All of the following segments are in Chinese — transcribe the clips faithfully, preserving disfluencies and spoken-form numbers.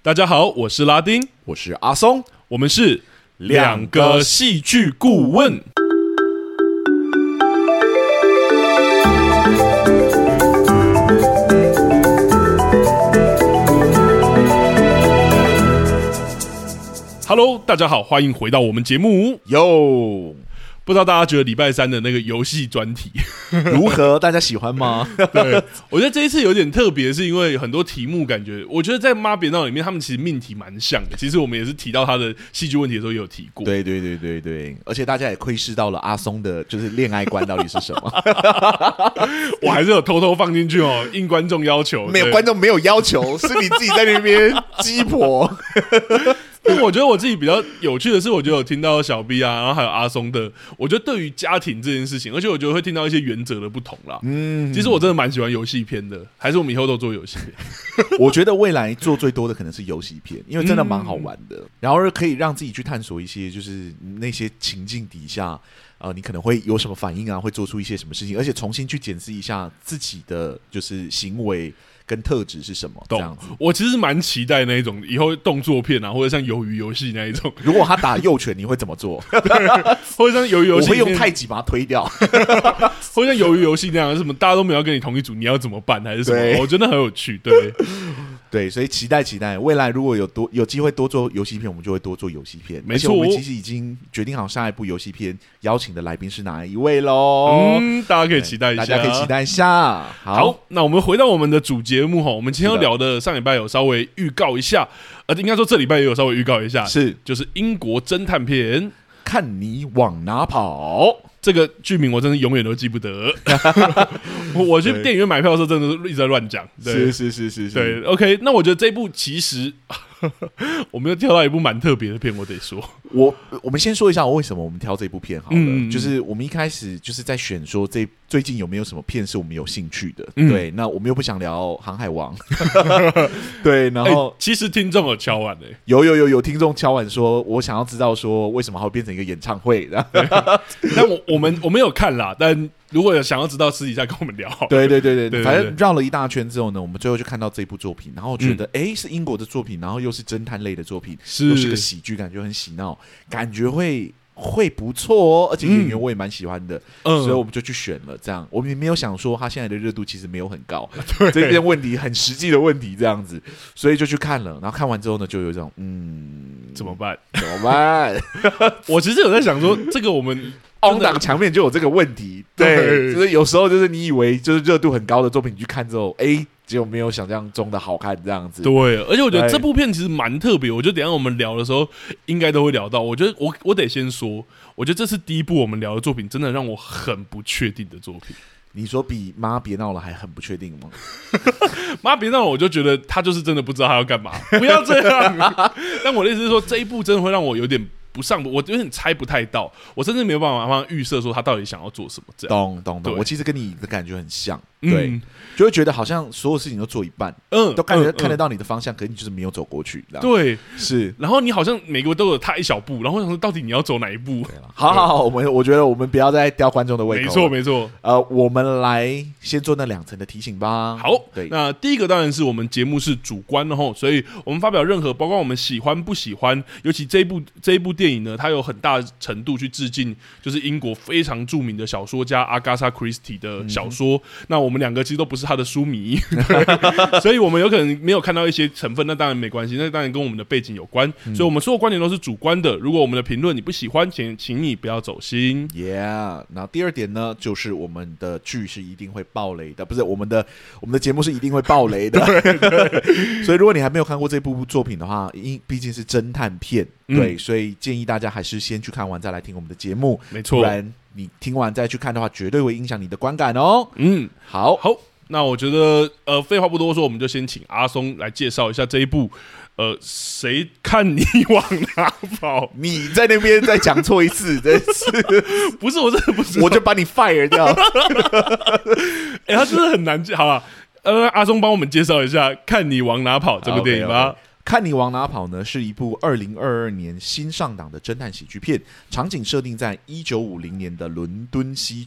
大家好，我是拉丁， 我是阿松， 我们是两个戏剧顾问。Hello， 大家好，欢迎回到我们节目。 哟， 不知道大家觉得礼拜三的那个游戏专题如何？大家喜欢吗？ 对，我觉得这一次有点特别，是因为很多题目感觉，我觉得在《妈别闹》里面，他们其实命题蛮像的。其实我们也是提到他的戏剧问题的时候也有提过。 对对对对对，而且大家也窥视到了阿松的就是恋爱观到底是什么。 我还是有偷偷放进去哦，应观众要求。 没有观众没有要求，是你自己在那边鸡婆。 我觉得我自己比较有趣的是，我觉得有听到小 B 啊，然后还有阿松的，我觉得对于家庭这件事情，而且我觉得会听到一些原则的不同啦。嗯，其实我真的蛮喜欢游戏片的，还是我们以后都做游戏片？ 我觉得未来做最多的可能是游戏片，因为真的蛮好玩的，嗯、然后可以让自己去探索一些，就是那些情境底下。呃，你可能会有什么反应啊？会做出一些什么事情，而且重新去检视一下自己的就是行为跟特质是什么，这样子。 我其实蛮期待那一种以后动作片啊，或者像鱿鱼游戏那一种。 如果他打右拳，你会怎么做？ 或者像鱿鱼游戏， 我会用太极把他推掉。 或者像鱿鱼游戏那样，什么大家都没有跟你同一组，你要怎么办？还是什么？我觉得很有趣，对。 对，所以期待期待，未来如果有多有机会多做游戏片，我们就会多做游戏片。 没错， 我们其实已经决定好下一部游戏片邀请的来宾是哪一位喽。 嗯，大家可以期待一下， 大家可以期待一下。好， 好，那我们回到我们的主节目哈，我们今天要聊的上礼拜有稍微预告一下，呃，应该说这礼拜也有稍微预告一下， 是就是英国侦探片《 看你往哪跑》。 这个剧名我真的永远都记不得。我去电影院买票的时候，真的是一直在乱讲。 是是是是是。 对 ，OK， 那我觉得这部其实我们又挑到一部蛮特别的片，我得说。 我我们先说一下为什么我们挑这部片好了， 嗯、 就是我们一开始就是在选说这最近有没有什么片是我们有兴趣的， 嗯、 对，那我们又不想聊《航海王》，对，然后、 欸、其实听众有敲碗的、欸， 有有有有听众敲碗说，我想要知道说为什么它会变成一个演唱会， 但我我们我们有看啦，但如果有想要知道，私底下跟我们聊好了。 对对对 对, 对, 对, 对， 反正绕了一大圈之后呢，我们最后就看到这部作品，然后觉得哎、 嗯、 是英国的作品，然后又是侦探类的作品， 是又是个喜剧，感觉很喜闹，感觉会会不错哦，而且演员我也蛮喜欢的，嗯、所以我们就去选了。这样，我们也没有想说他现在的热度其实没有很高，这件问题很实际的问题，这样子，所以就去看了。然后看完之后呢，就有一种嗯， 怎么办？ 怎么办？ 我其实有在想说，这个我们。 On 档墙面就有这个问题，对，就是有时候就是你以为就是热度很高的作品，你去看之后，哎，结果没有想象中的好看，这样子。 对，而且我觉得这部片其实蛮特别，我觉得等一下我们聊的时候应该都会聊到。我觉得我我得先说，我觉得这是第一部我们聊的作品，真的让我很不确定的作品。 你说比妈别闹了还很不确定吗？ 妈别闹了，我就觉得他就是真的不知道他要干嘛，不要这样。但我的意思是说，这一部真的会让我有点。不上，我有点猜不太到，我甚至没有办法帮他预设说他到底想要做什么。这样， 懂懂懂。我其实跟你的感觉很像，对，嗯、就会觉得好像所有事情都做一半，嗯，都看得、嗯、看得到你的方向，可是你就是没有走过去。 对， 是。 然后你好像每个都有踏一小步，然后我想说，到底你要走哪一步？ 好好好，我们我觉得我们不要再吊观众的胃口。 没错没错。 呃，我们来先做那两层的提醒吧。 好，对。那第一个当然是我们节目是主观的吼，所以我们发表任何，包括我们喜欢不喜欢，尤其这一部这一部电影呢，它有很大程度去致敬，就是英国非常著名的小说家阿加莎·克里斯蒂的小说。嗯、那我们两个其实都不是他的书迷，所以我们有可能没有看到一些成分，那当然没关系，那当然跟我们的背景有关。嗯、所以我们所有观点都是主观的。如果我们的评论你不喜欢，请请你不要走心。 Yeah， 那第二点呢，就是我们的剧是一定会爆雷的，不是我们的我们的节目是一定会爆雷的。对对所以如果你还没有看过这部作品的话，因毕竟是侦探片。对，所以建议大家还是先去看完再来听我们的节目， 没错， 不然你听完再去看的话，绝对会影响你的观感哦。嗯，好好，那我觉得呃，废话不多说，我们就先请阿松来介绍一下这一部。呃，谁看你往哪跑？ 你在那边再讲错一次，真是不是我真的不是， 我就把你 fire 掉。 哎、欸，他真的很难记，好了，呃，阿松帮我们介绍一下《看你往哪跑》这部电影吧。 Okay, okay. 看你往哪跑呢？是一部二零二二年新上档的侦探喜剧片，场景设定在一九五零年的伦敦西区。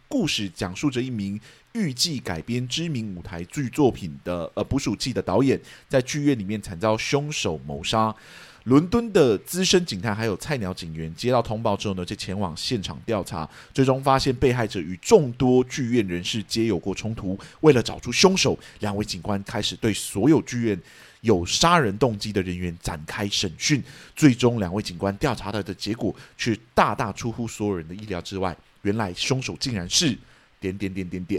故事讲述着一名预计改编知名舞台剧作品的呃捕鼠器的导演，在剧院里面惨遭凶手谋杀。伦敦的资深警探还有菜鸟警员接到通报之后呢，就前往现场调查，最终发现被害者与众多剧院人士皆有过冲突。为了找出凶手，两位警官开始对所有剧院有杀人动机的人员展开审讯。最终，两位警官调查到的结果却大大出乎所有人的意料之外，原来凶手竟然是。点点点点点，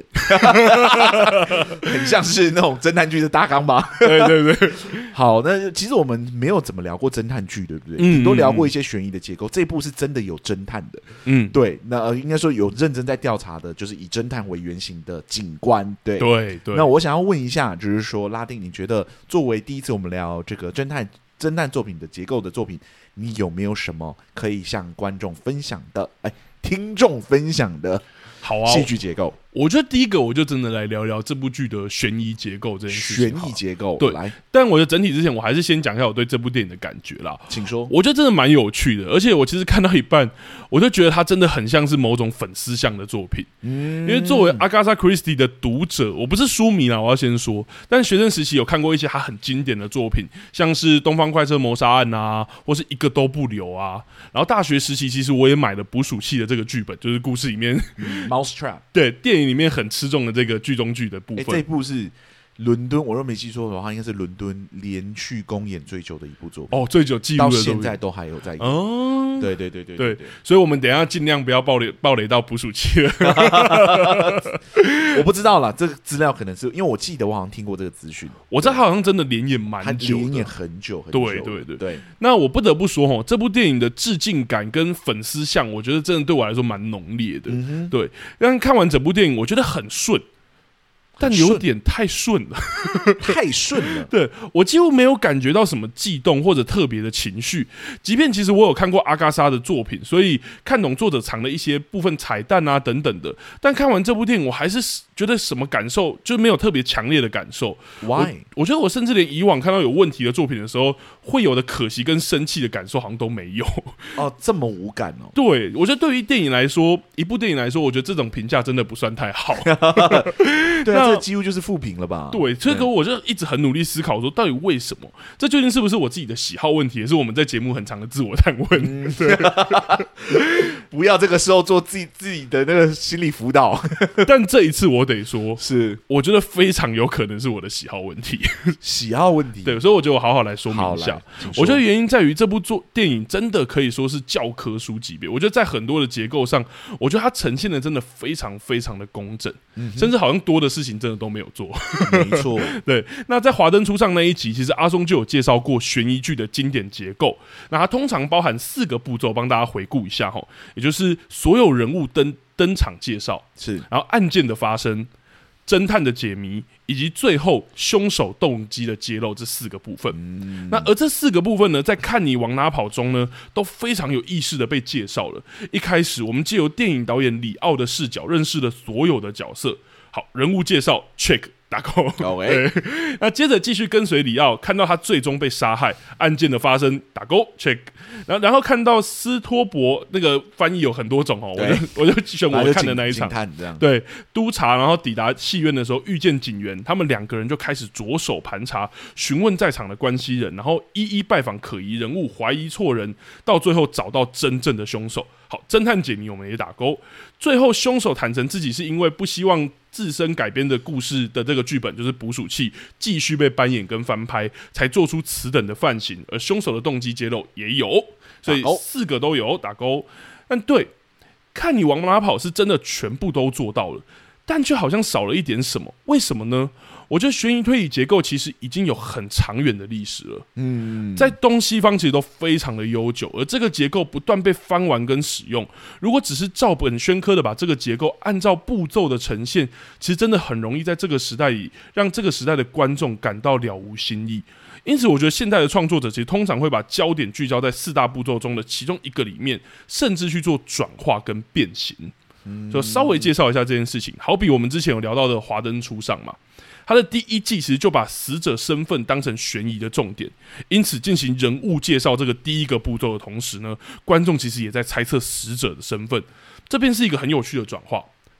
很像是那种侦探剧的大纲吧？ 对对对。 好，那其实我们没有怎么聊过侦探剧，对不对？嗯，都聊过一些悬疑的结构。这一部是真的有侦探的，嗯，对。那、呃、应该说有认真在调查的，就是以侦探为原型的警官。对对对。 那我想要问一下，就是说拉丁，你觉得作为第一次我们聊这个侦探侦探作品的结构的作品，你有没有什么可以向观众分享的？哎，听众分享的？ 好啊， 戏剧结构， 我觉得第一个我就真的来聊聊这部剧的悬疑结构这件事情。 悬疑结构， 对， 来。 但我觉得整体之前，我还是先讲一下我对这部电影的感觉啦。 请说。 我觉得真的蛮有趣的，而且我其实看到一半，我就觉得它真的很像是某种粉丝向的作品。嗯，因为作为阿加莎·克里斯蒂的读者，我不是书迷啦，我要先说。但学生时期有看过一些他很经典的作品，像是《东方快车谋杀案》啊，或是一个都不留啊。然后大学时期，其实我也买了捕鼠器的这个剧本，就是故事里面。 嗯 Mousetrap 对电影里面很吃重的这个剧中剧的部分， 欸、这部是伦敦，我若没记错的话，应该是伦敦连续公演最久的一部作品。 哦，最久记录的到现在都还有在演。哦，对对对对 对, 对， 所以我们等一下尽量不要暴雷暴雷到捕鼠器了。 我不知道啦，这个资料可能是因为我记得我好像听过这个资讯， 我知道他好像真的连演蛮久的， 连演很久很久。 对对对对。 那我不得不说，这部电影的致敬感跟粉丝像，我觉得真的对我来说蛮浓烈的。嗯、对，但看完整部电影，我觉得很顺。但有点太顺了， 太顺了。 对，我几乎没有感觉到什么悸动或者特别的情绪，即便其实我有看过阿加莎的作品，所以看懂作者藏的一些部分彩蛋啊等等的。但看完这部电影，我还是觉得什么感受就没有特别强烈的感受。 Why？ 我, 我觉得我甚至连以往看到有问题的作品的时候，会有的可惜跟生气的感受好像都没有。 哦，这么无感哦。 对，我觉得对于电影来说，一部电影来说，我觉得这种评价真的不算太好。 对啊。这几乎就是负评了吧？ 对，这个我就一直很努力思考，说到底为什么？这究竟是不是我自己的喜好问题，也是我们在节目很长的自我探问。嗯、对， 不要这个时候做自己自己的那个心理辅导。 但这一次我得说， 是我觉得非常有可能是我的喜好问题。 喜好问题， 对，所以我觉得我好好来说明一下。我觉得原因在于这部作电影真的可以说是教科书级别。我觉得在很多的结构上，我觉得它呈现的真的非常非常的工整，嗯、甚至好像多的事情真的都没有做。 没错， 对。那在华灯初上那一集，其实阿松就有介绍过悬疑剧的经典结构。那它通常包含四个步骤，帮大家回顾一下哈，也就是所有人物登登场介绍， 是， 然后案件的发生、侦探的解谜，以及最后凶手动机的揭露这四个部分。嗯、那而这四个部分呢，在看你往哪跑中呢，都非常有意识的被介绍了。一开始，我们借由电影导演李奥的视角，认识了所有的角色。好，人物介绍 check 打勾。 Okay. 那接着继续跟随里奥，看到他最终被杀害，案件的发生打勾 check。然后，然后看到斯托伯那个翻译有很多种哦，我就我就选我看的那一场。对，督察，然后抵达戏院的时候遇见警员，他们两个人就开始着手盘查，询问在场的关系人，然后一一拜访可疑人物，怀疑错人，到最后找到真正的凶手。好，侦探解谜我们也打勾。最后凶手坦诚自己是因为不希望自身改编的故事的这个剧本就是捕鼠器继续被搬演跟翻拍，才做出此等的犯行，而凶手的动机揭露也有，所以四个都有打勾。但对，看你往哪跑是真的全部都做到了，但却好像少了一点什么，为什么呢？我觉得悬疑推理结构其实已经有很长远的历史了，嗯，在东西方其实都非常的悠久，而这个结构不断被翻玩跟使用。如果只是照本宣科的把这个结构按照步骤的呈现，其实真的很容易在这个时代里让这个时代的观众感到了无新意。因此，我觉得现代的创作者其实通常会把焦点聚焦在四大步骤中的其中一个里面，甚至去做转化跟变形。就稍微介绍一下这件事情，好比我们之前有聊到的《华灯初上》嘛。他的第一季其实就把死者身份当成悬疑的重点，因此进行人物介绍这个第一个步骤的同时呢，观众其实也在猜测死者的身份，这便是一个很有趣的转化。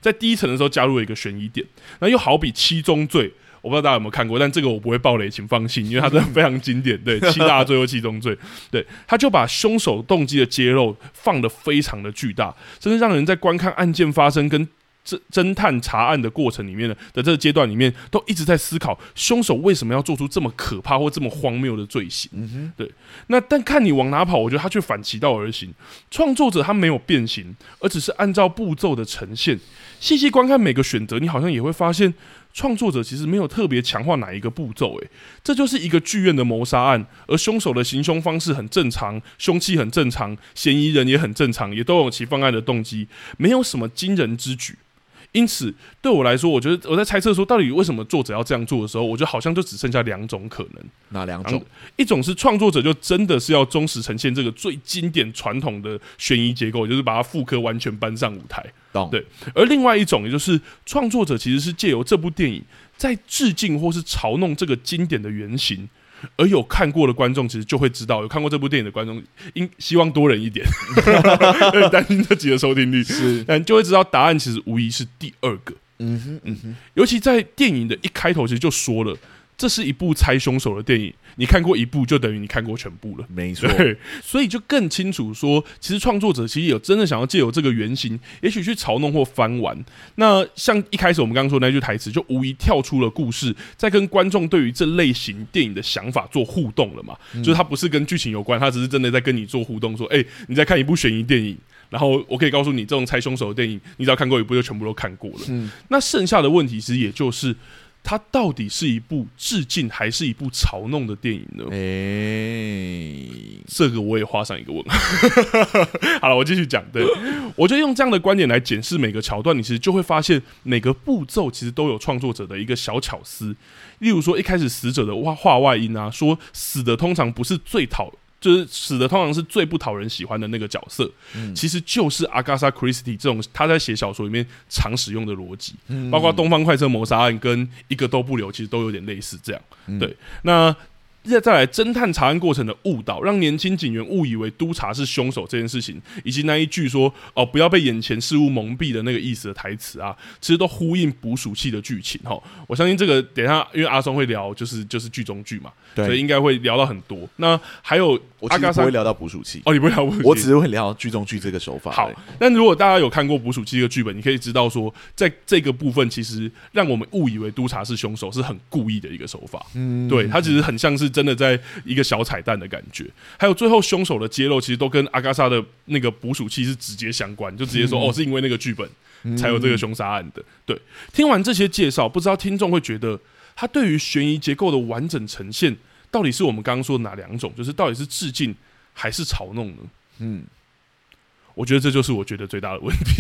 在第一层的时候加入了一个悬疑点，那又好比七宗罪。我不知道大家有没有看过，但这个我不会爆雷，请放心，因为它真的非常经典。对，七大罪或七宗罪，对，他就把凶手动机的揭露放得非常的巨大，甚至让人在观看案件发生跟侦探查案的过程里面的这个阶段里面，都一直在思考凶手为什么要做出这么可怕或这么荒谬的罪行。嗯、对，那但看你往哪跑，我觉得他却反其道而行。创作者他没有变形，而只是按照步骤的呈现。细细观看每个选择，你好像也会发现。创作者其实没有特别强化哪一个步骤，诶，这就是一个剧院的谋杀案，而凶手的行凶方式很正常，凶器很正常，嫌疑人也很正常，也都有其犯案的动机，没有什么惊人之举。因此，对我来说，我觉得我在猜测说，到底为什么作者要这样做的时候，我觉得好像就只剩下两种可能。 哪两种？ 一种是创作者就真的是要忠实呈现这个最经典传统的悬疑结构，就是把它复刻完全搬上舞台。对，而另外一种，也就是创作者其实是借由这部电影在致敬或是嘲弄这个经典的原型。而有看过的观众其实就会知道，有看过这部电影的观众，应希望多人一点，有点担心这集的收听率，是，但就会知道答案其实无疑是第二个。嗯哼，嗯哼，尤其在电影的一开头，其实就说了，这是一部猜凶手的电影。你看过一部，就等于你看过全部了， 没错。 对，所以就更清楚说，其实创作者其实有真的想要借由这个原型，也许去嘲弄或翻玩。那像一开始我们刚刚说的那句台词，就无疑跳出了故事，在跟观众对于这类型电影的想法做互动了嘛？嗯、就是它不是跟剧情有关，它只是真的在跟你做互动，说，哎、欸，你在看一部悬疑电影。然后我可以告诉你，这种猜凶手的电影，你只要看过一部，就全部都看过了。嗯、那剩下的问题其实也就是，它到底是一部致敬还是一部嘲弄的电影呢？哎、欸，这个我也画上一个问号。好了，我继续讲。对，我觉得用这样的观点来检视每个桥段，你其实就会发现每个步骤其实都有创作者的一个小巧思。例如说，一开始死者的话外音啊，说死的通常不是最讨。就是死的通常是最不讨人喜欢的那个角色，嗯、其实就是阿加莎·克里斯蒂这种他在写小说里面常使用的逻辑，嗯、包括《东方快车谋杀案》跟《一个都不留》其实都有点类似这样。嗯、对，那再来侦探查案过程的误导，让年轻警员误以为督察是凶手这件事情，以及那一句说哦不要被眼前事物蒙蔽的那个意思的台词啊，其实都呼应捕鼠器的剧情哈。我相信这个等一下，因为阿松会聊，就是就是剧中剧嘛，所以应该会聊到很多。那还有我其实不会聊到捕鼠器哦，你不会聊捕鼠器， 我只是会聊剧中剧这个手法。 好，但如果大家有看过捕鼠器这个剧本，你可以知道说，在这个部分其实让我们误以为督察是凶手是很故意的一个手法。嗯，对，它其实很像是真的在一个小彩蛋的感觉。还有最后凶手的揭露，其实都跟阿加莎的那个捕鼠器是直接相关，就直接说、嗯、哦，是因为那个剧本才有这个凶杀案的。对，听完这些介绍，不知道听众会觉得他对于悬疑结构的完整呈现，到底是我们刚刚说的哪两种？就是到底是致敬还是嘲弄呢？嗯，我觉得这就是我觉得最大的问题。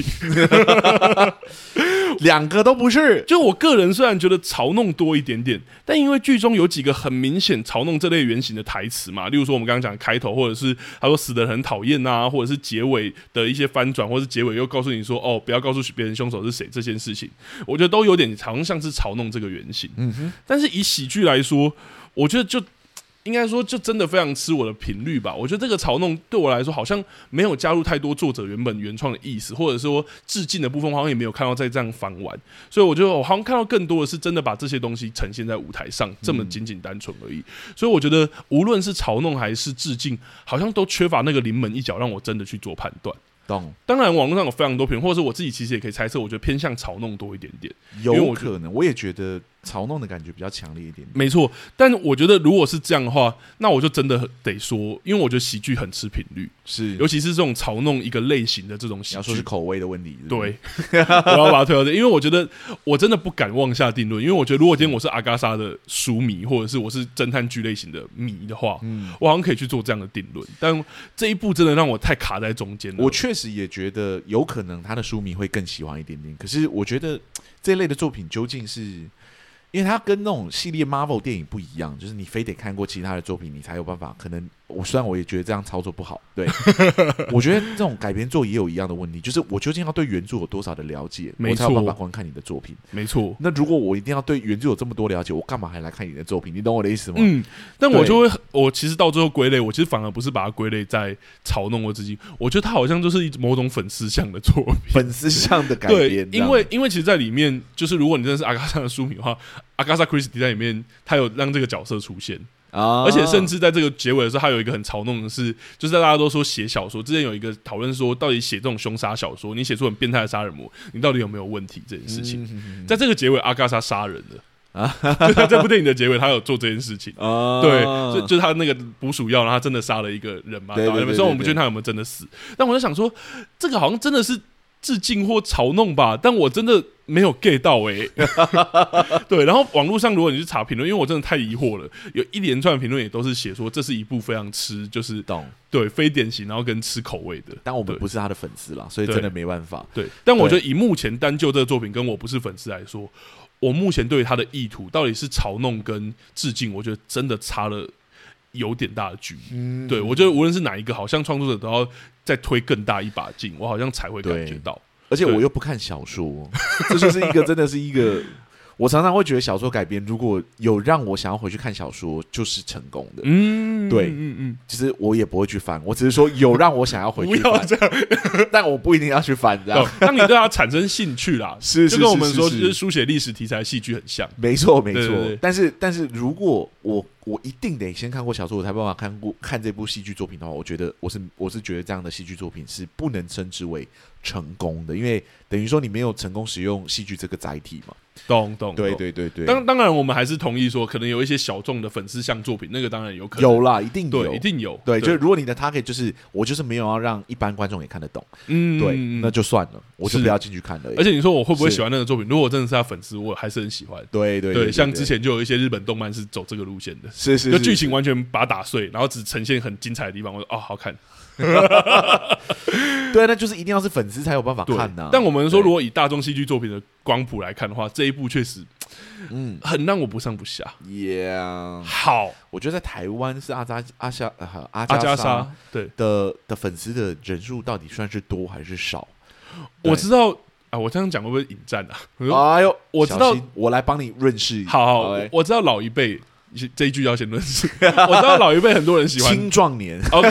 两个都不是。 就我个人虽然觉得嘲弄多一点点，但因为剧中有几个很明显嘲弄这类原型的台词嘛，例如说我们刚刚讲的开头，或者是他说死的人很讨厌啊，或者是结尾的一些翻转，或者是结尾又告诉你说哦不要告诉别人凶手是谁这件事情，我觉得都有点好像像是嘲弄这个原型。嗯哼，但是以喜剧来说，我觉得就应该说就真的非常吃我的频率吧。我觉得这个嘲弄对我来说好像没有加入太多作者原本原创的意思，或者说致敬的部分好像也没有看到在这样翻玩，所以我觉得我好像看到更多的是真的把这些东西呈现在舞台上，这么仅仅单纯而已。所以我觉得无论是嘲弄还是致敬，好像都缺乏那个临门一脚让我真的去做判断。当然网络上有非常多评论，或者是我自己其实也可以猜测，我觉得偏向嘲弄多一点点。 有可能我也觉得嘲弄的感觉比较强烈一点点。 没错，但我觉得如果是这样的话，那我就真的得说，因为我觉得喜剧很吃频率， 是尤其是这种嘲弄一个类型的这种喜剧， 你要说是口味的问题是不是？ 对，我要把它推到这，因为我觉得我真的不敢妄下定论，因为我觉得如果今天我是阿加莎的书迷，或者是我是侦探剧类型的迷的话，嗯，我好像可以去做这样的定论，但这一部真的让我太卡在中间了。 我确实也觉得有可能他的书迷会更喜欢一点点，可是我觉得这一类的作品究竟是因为它跟那种系列 Marvel 电影不一样，就是你非得看过其他的作品，你才有办法可能我虽然我也觉得这样操作不好，对，我觉得这种改编作也有一样的问题，就是我究竟要对原著有多少的了解，我才有办法观看你的作品。 没错。 那如果我一定要对原著有这么多了解，我干嘛还来看你的作品？你懂我的意思吗？ 嗯，但我就会，我其实到最后归类，我其实反而不是把它归类在嘲弄或致敬，我觉得它好像就是某种粉丝向的作品， 粉丝向的改编。 对，因为因为其实在里面，就是如果你真的是阿加莎的书迷的话，阿加莎·克里斯蒂在里面，他有让这个角色出现。而且甚至在这个结尾的时候，他有一个很嘲弄的是，就是大家都说写小说之前有一个讨论说，到底写这种凶杀小说，你写出很变态的杀人魔，你到底有没有问题这件事情？嗯、在这个结尾，阿加莎杀人了。啊，就他这部电影的结尾，他有做这件事情，啊、对，就就是他那个捕鼠药，然后他真的杀了一个人嘛。对对对对对，虽然我们不确定他有没有真的死，但我就想说，这个好像真的是致敬或嘲弄吧，但我真的没有 get 到哎、欸。对，然后网络上如果你去查评论，因为我真的太疑惑了，有一连串评论也都是写说这是一部非常吃就是懂对非典型，然后跟吃口味的。 但我们不是他的粉丝啦，所以真的没办法。 对，但我觉得以目前单就这个作品跟我不是粉丝来说，我目前对于他的意图到底是嘲弄跟致敬，我觉得真的差了有点大的距离。嗯，对，我觉得无论是哪一个，好像创作者都要再推更大一把劲，我好像才会感觉到。 而且我又不看小说，这就是一个真的是一个，我常常会觉得小说改编如果有让我想要回去看小说，就是成功的。嗯，对，嗯嗯，其实我也不会去翻，我只是说有让我想要回去翻，不要这样，但我不一定要去翻，这样。 当你对它产生兴趣啦， 是是是是是， 就跟我们说，就是书写历史题材戏剧很像。 没错没错，但是但是如果我我一定得先看过小说，我才办法看过看这部戏剧作品的话，我觉得我是我是觉得这样的戏剧作品是不能称之为成功的，因为等于说你没有成功使用戏剧这个载体嘛。 懂懂， 对对对对。 当当然，我们还是同意说，可能有一些小众的粉丝向作品，那个当然有可能有啦，一定有， 对，一定有。 对，就是如果你的 target 就是我就是没有要让一般观众也看得懂，嗯，对，那就算了，我就不要进去看了。 而且你说我会不会喜欢那个作品？如果我真的是他粉丝，我还是很喜欢。 对对对, 对，像之前就有一些日本动漫是走这个路线的， 是是， 就剧情完全把它打碎，然后只呈现很精彩的地方，我说哦，好看。 对，那就是一定要是粉丝才有办法看呐、啊。 但我们说，如果以大众戏剧作品的光谱来看的话，这一部确实，嗯，很让我不上不下。 Yeah， 好， 我觉得在台湾是阿加阿夏呃阿加莎莎对的的粉丝的人数到底算是多还是少？ 我知道啊，我这样讲会不会引战啊？ 哎呦， 我知道， 我来帮你润饰。 好好，okay. 我知道老一辈。这一句要先论述，我知道老一辈很多人喜欢青壮年。 OK，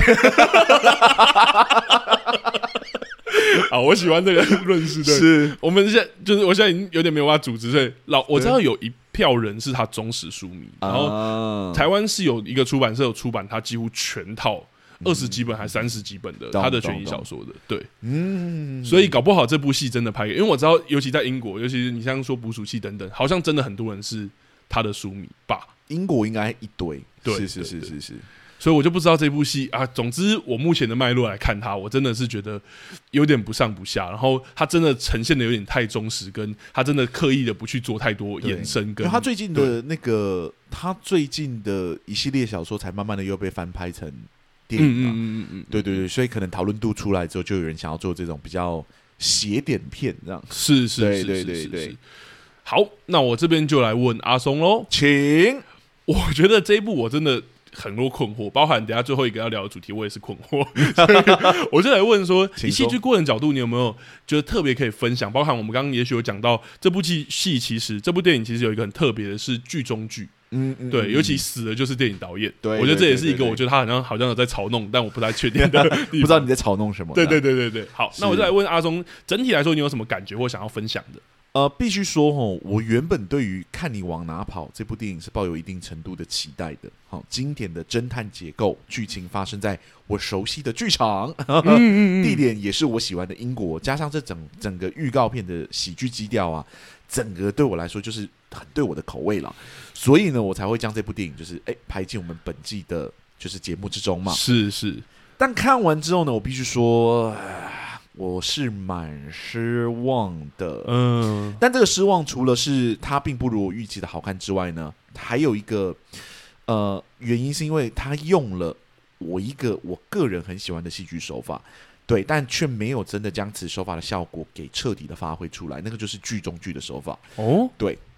好，我喜欢这个论述。 是我们现在就是我现在已经有点没有办法组织，所以老我知道有一票人是他忠实书迷，然后台湾是有一个出版社有出版他几乎全套二十几本还三十几本的他的悬疑小说的，对，嗯，所以搞不好这部戏真的拍给，因为我知道，尤其在英国，尤其是你像说捕鼠器等等，好像真的很多人是他的书迷吧。 英国应该一堆， 对， 是是是是是， 所以我就不知道这部戏啊。总之，我目前的脉络来看它，我真的是觉得有点不上不下。然后它真的呈现的有点太忠实，跟它真的刻意的不去做太多延伸。跟他最近的那个，他最近的一系列小说才慢慢的又被翻拍成电影嘛。嗯嗯嗯嗯，对对对，所以可能讨论度出来之后，就有人想要做这种比较邪典片，这样是是是是是是。好，那我这边就来问阿松喽， 请。 我觉得这一部我真的很多困惑，包含等一下最后一个要聊的主题，我也是困惑，所以我就来问说，以戏剧过程角度，你有没有觉得特别可以分享？包含我们刚刚也许有讲到，这部戏其实这部电影其实有一个很特别的是剧中剧。嗯嗯，对，尤其死的就是电影导演，对，我觉得这也是一个，我觉得他好像好像有在嘲弄，但我不太确定的地方， 不知道你在嘲弄什么。 对对对对对，好，那我就来问阿松，整体来说你有什么感觉或想要分享的？ 呃，必须说齁，我原本对于《看你往哪跑》这部电影是抱有一定程度的期待的。好，经典的侦探结构，剧情发生在我熟悉的剧场，嗯嗯嗯地点也是我喜欢的英国，加上这整整个预告片的喜剧基调啊，整个对我来说就是很对我的口味了。所以呢，我才会将这部电影就是哎排进我们本季的就是节目之中嘛。 是是， 但看完之后呢，我必须说。我是蛮失望的，嗯，但这个失望除了是它并不如我预期的好看之外呢，还有一个呃原因是因为它用了我一个我个人很喜欢的戏剧手法，对，但却没有真的将此手法的效果给彻底的发挥出来，那个就是剧中剧的手法哦，对，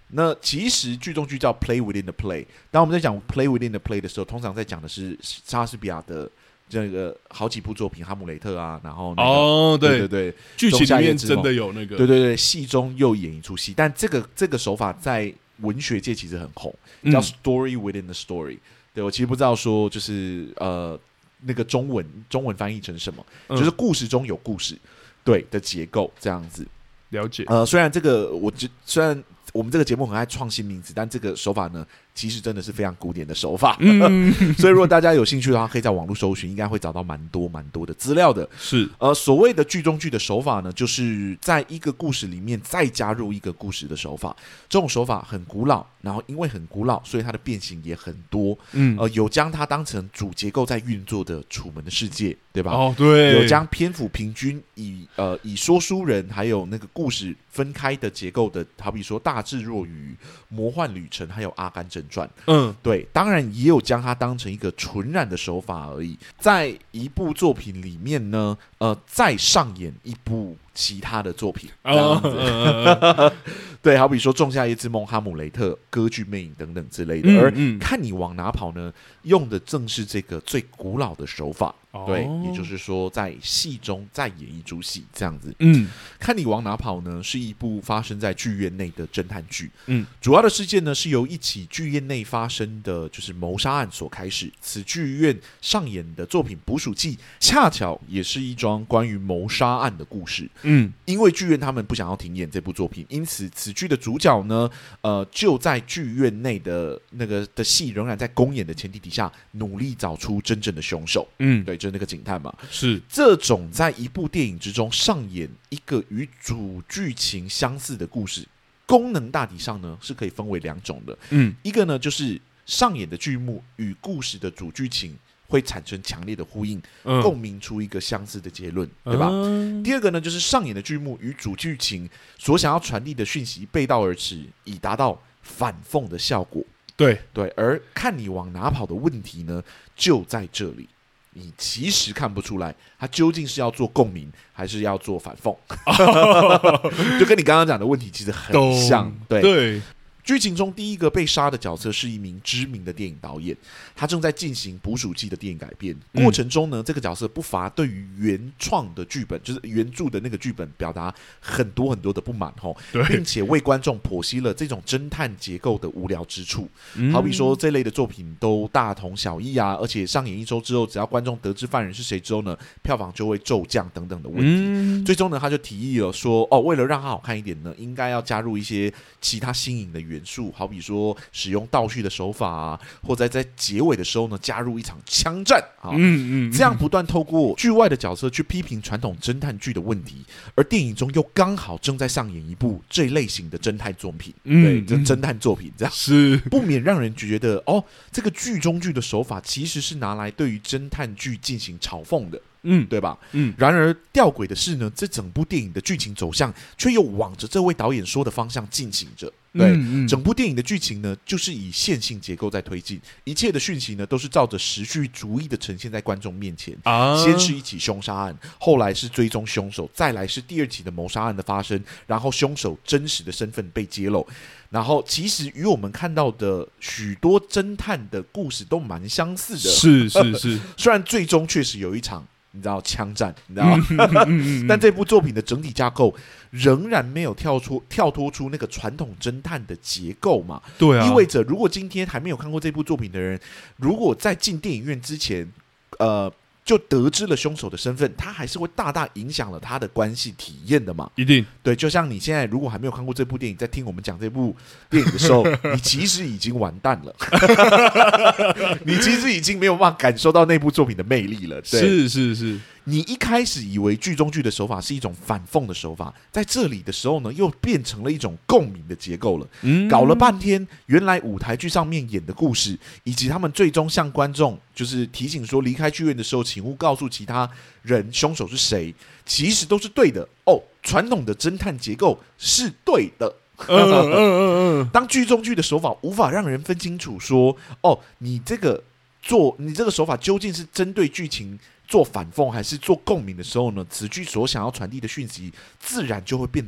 那其实剧中剧叫 play within the play， 当我们在讲 play within the play 的时候，通常在讲的是莎士比亚的这个好几部作品，哈姆雷特啊，然后、那个、 哦，对对对对， 剧情里面真的有那个， 对对对，戏中又演一出戏，但这个这个手法在文学界其实很红，叫 story within the story、嗯。对，我其实不知道说就是呃那个中文中文翻译成什么，嗯、就是故事中有故事，对的结构这样子。 了解。 呃，虽然这个我虽然我们这个节目很爱创新名字，但这个手法呢，其实真的是非常古典的手法。嗯、所以如果大家有兴趣的话，可以在网络搜寻，应该会找到蛮多蛮多的资料的。 是， 呃，所谓的剧中剧的手法呢，就是在一个故事里面再加入一个故事的手法。这种手法很古老，然后因为很古老，所以它的变形也很多。嗯，呃，有将它当成主结构在运作的《楚门的世界》，对吧？ 哦，对。 有将篇幅平均以呃以说书人还有那个故事分开的结构的，好比说《大智若愚》《魔幻旅程》还有《阿甘正传》。嗯，对，当然也有将它当成一个纯然的手法而已。在一部作品里面呢，呃，再上演一部其他的作品，这样子。哦、对，好比说《仲夏夜之梦》、《哈姆雷特》、《歌剧魅影》等等之类的。嗯、而看你往哪跑呢，用的正是这个最古老的手法。对，也就是说，在戏中再演一出戏这样子。嗯，看你往哪跑呢？是一部发生在剧院内的侦探剧。嗯，主要的事件呢是由一起剧院内发生的就是谋杀案所开始。此剧院上演的作品《捕鼠记》，恰巧也是一桩关于谋杀案的故事。嗯，因为剧院他们不想要停演这部作品，因此此剧的主角呢，呃，就在剧院内的那个的戏仍然在公演的前提底下，努力找出真正的凶手。嗯，对。就那个警探嘛， 是这种在一部电影之中上演一个与主剧情相似的故事，功能大体上呢是可以分为两种的。嗯，一个呢就是上演的剧目与故事的主剧情会产生强烈的呼应，嗯、共鸣出一个相似的结论，对吧？嗯、第二个呢就是上演的剧目与主剧情所想要传递的讯息背道而驰，以达到反讽的效果。 对对，而看你往哪跑的问题呢，就在这里。你其实看不出来，他究竟是要做共鸣，还是要做反讽，就跟你刚刚讲的问题其实很像。对。 对， 剧情中第一个被杀的角色是一名知名的电影导演，他正在进行《捕鼠记》的电影改编过程中呢，这个角色不乏对于原创的剧本，就是原著的那个剧本表达很多很多的不满，并且为观众剖析了这种侦探结构的无聊之处。嗯、好比说这类的作品都大同小异啊，而且上演一周之后，只要观众得知犯人是谁之后呢，票房就会骤降等等的问题。嗯、最终呢，他就提议了说，哦，为了让它好看一点呢，应该要加入一些其他新颖的元素。元素，好比说使用倒叙的手法啊，或者在结尾的时候呢，加入一场枪战啊，嗯嗯，这样不断透过剧外的角色去批评传统侦探剧的问题，而电影中又刚好正在上演一部这类型的侦探作品，嗯、对，侦探作品这样是不免让人觉得，哦，这个剧中剧的手法其实是拿来对于侦探剧进行嘲讽的。嗯，对吧？嗯，然而吊诡的是呢，这整部电影的剧情走向却又往着这位导演说的方向进行着。对，嗯嗯、整部电影的剧情呢，就是以线性结构在推进，一切的讯息呢，都是照着时序逐一的呈现在观众面前。啊，先是一起凶杀案，后来是追踪凶手，再来是第二起的谋杀案的发生，然后凶手真实的身份被揭露。然后，其实与我们看到的许多侦探的故事都蛮相似的。 是是是， 虽然最终确实有一场。你知道枪战，你知道吗？但这部作品的整体架构仍然没有跳出跳脱出那个传统侦探的结构嘛？ 对啊， 意味着如果今天还没有看过这部作品的人，如果在进电影院之前，呃。就得知了凶手的身份，他还是会大大影响了他的关系体验的嘛？ 一定对，就像你现在如果还没有看过这部电影，在听我们讲这部电影的时候，你其实已经完蛋了，你其实已经没有办法感受到那部作品的魅力了。对， 是是是。 你一开始以为剧中剧的手法是一种反讽的手法，在这里的时候呢，又变成了一种共鸣的结构了。嗯，搞了半天，原来舞台剧上面演的故事，以及他们最终向观众就是提醒说，离开剧院的时候，请勿告诉其他人凶手是谁，其实都是对的哦。传统的侦探结构是对的。嗯嗯嗯嗯。当剧中剧的手法无法让人分清楚说，哦，你这个做你这个手法究竟是针对剧情做反讽还是做共鸣的时候呢，此剧所想要传递的讯息自然就会变得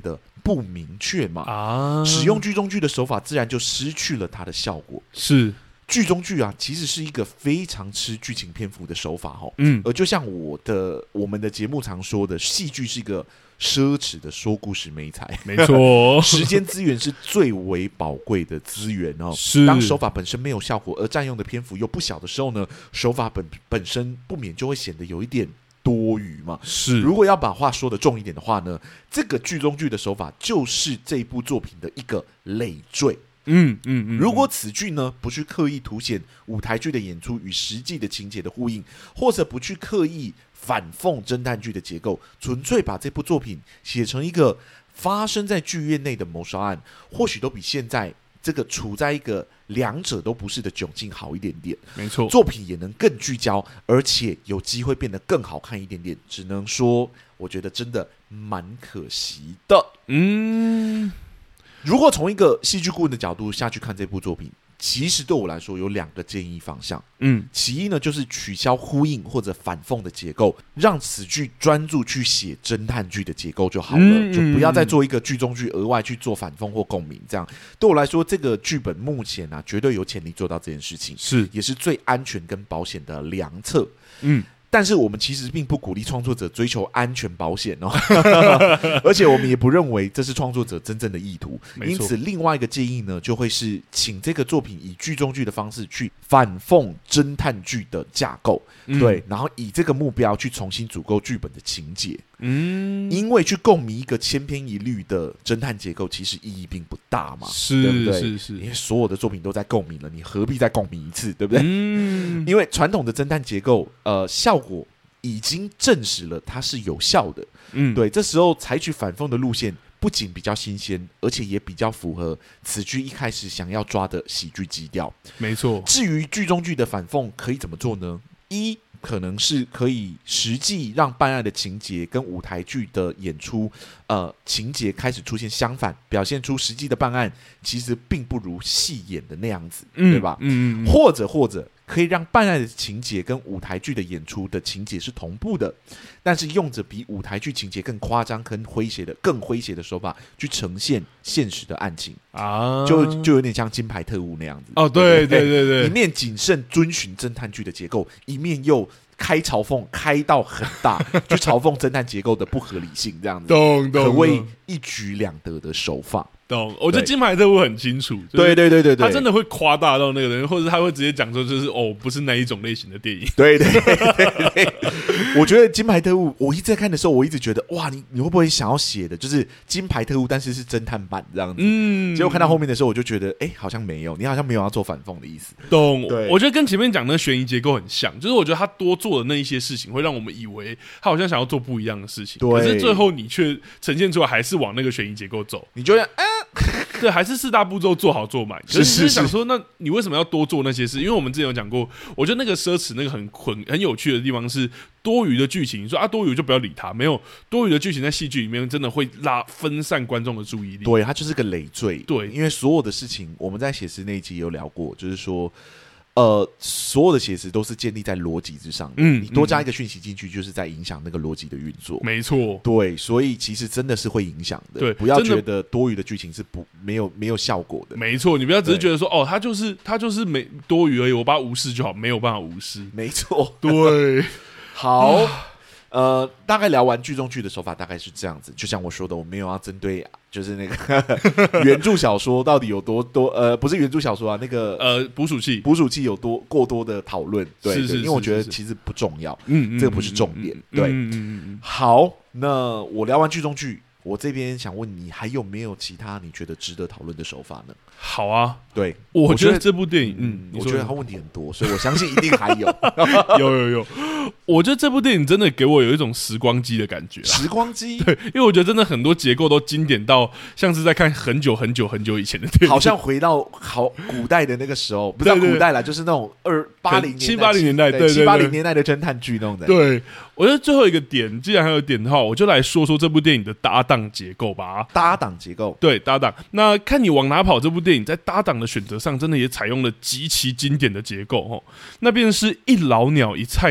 不明确嘛， 啊， 使用剧中剧的手法自然就失去了它的效果。 是剧中剧啊，其实是一个非常吃剧情篇幅的手法哈。 嗯， 而就像我的我们的节目常说的，戏剧是一个奢侈的说故事媒材， 没错， 时间资源是最为宝贵的资源哦。 是当手法本身没有效果，而占用的篇幅又不小的时候呢，手法本本身不免就会显得有一点多余嘛。 是， 如果要把话说得重一点的话呢，这个剧中剧的手法就是这部作品的一个累赘。 嗯嗯嗯， 如果此剧呢不去刻意凸显舞台剧的演出与实际的情节的呼应，或者不去刻意反讽侦探剧的结构，纯粹把这部作品写成一个发生在剧院内的谋杀案，或许都比现在这个处在一个两者都不是的窘境好一点点。 没错， 作品也能更聚焦，而且有机会变得更好看一点点。只能说，我觉得真的蛮可惜的。 嗯。 如果从一个戏剧顾问的角度下去看这部作品，其实对我来说有两个建议方向。嗯，其一呢，就是取消呼应或者反讽的结构，让此剧专注去写侦探剧的结构就好了，嗯、就不要再做一个剧中剧额外去做反讽或共鸣。这样对我来说，这个剧本目前啊，绝对有潜力做到这件事情，是也是最安全跟保险的良策。嗯。但是我们其实并不鼓励创作者追求安全保险哦，而且我们也不认为这是创作者真正的意图。因此，另外一个建议呢，就会是请这个作品以剧中剧的方式去反讽侦探剧的架构，嗯、对，然后以这个目标去重新组构剧本的情节。嗯，因为去共鸣一个千篇一律的侦探结构，其实意义并不大嘛， 是， 对不对？ 是是， 因为所有的作品都在共鸣了，你何必再共鸣一次，对不对？嗯，因为传统的侦探结构，呃，效果已经证实了它是有效的。嗯，对，这时候采取反讽的路线，不仅比较新鲜，而且也比较符合此剧一开始想要抓的喜剧基调。 没错。 至于剧中剧的反讽可以怎么做呢？一可能是可以实际让办案的情节跟舞台剧的演出，呃，情节开始出现相反，表现出实际的办案其实并不如戏演的那样子，嗯、对吧？嗯嗯嗯。或者或者可以让办案的情节跟舞台剧的演出的情节是同步的，但是用着比舞台剧情节更夸张、更诙谐的、更诙谐的手法去呈现现实的案情啊，就就有点像金牌特务那样子。 哦，对对对 对, 对， 一面谨慎遵循侦探剧的结构，一面又开嘲讽开到很大，去嘲讽侦探结构的不合理性，这样子， 懂懂， 可谓一举两得的手法。 懂，我觉得金牌特务很清楚， 对对对对对， 他真的会夸大到那个人，或者他会直接讲说，就是哦，不是那一种类型的电影。 对对对对对，我觉得金牌特务，我一直在看的时候，我一直觉得哇，你你会不会想要写的就是金牌特务，但是是侦探版这样子？嗯，结果看到后面的时候，我就觉得，哎，好像没有，你好像没有要做反讽的意思。 懂，我觉得跟前面讲的悬疑结构很像，就是我觉得他多做的那一些事情，会让我们以为他好像想要做不一样的事情，可是最后你却呈现出来还是往那个悬疑结构走， 你觉得啊？ 对，还是四大步骤做好做满。可是是想说，那你为什么要多做那些事？因为我们之前有讲过，我觉得那个奢侈、那个很很很有趣的地方是多余的剧情。你说啊，多余就不要理它，没有多余的剧情在戏剧里面真的会拉分散观众的注意力。 对，它就是个累赘。 对， 因为所有的事情，我们在写实那一集也有聊过，就是说。呃，所有的写实都是建立在逻辑之上的。嗯，你多加一个讯息进去，就是在影响那个逻辑的运作。 没错， 对，所以其实真的是会影响的。 对， 不要觉得多余的剧情是不没有没有效果的。 没错，你不要只是觉得说哦，他就是他就是没多余而已，我把它无视就好，没有办法无视。 没错， 对， 好。呃，大概聊完剧中剧的手法大概是这样子，就像我说的，我没有要针对就是那个原著小说到底有多多呃，不是原著小说啊，那个呃捕鼠器， 捕鼠器有多过多的讨论，对， 是是是是， 因为我觉得其实不重要， 嗯， 这个不是重点， 嗯、 对， 嗯嗯嗯， 好，那我聊完剧中剧。我这边想问你，还有没有其他你觉得值得讨论的手法呢？ 好啊， 对， 我觉得这部电影，嗯， 我觉得它问题很多，所以我相信一定还有， 有有有。我觉得这部电影真的给我有一种时光机的感觉， 时光机， 对，因为我觉得真的很多结构都经典到像是在看很久很久很久以前的电影， 好像回到好古代的那个时候，不是古代啦，就是那种二八零七八零年代，对七八零年代的侦探剧那种的。 对，我觉得最后一个点，既然还有点的话，我就来说说这部电影的搭档结构吧。 搭档结构， 对，搭档。那看你往哪跑，这部电影在搭档的选择上，真的也采用了极其经典的结构哦。那便是一老鸟一菜鸟的搭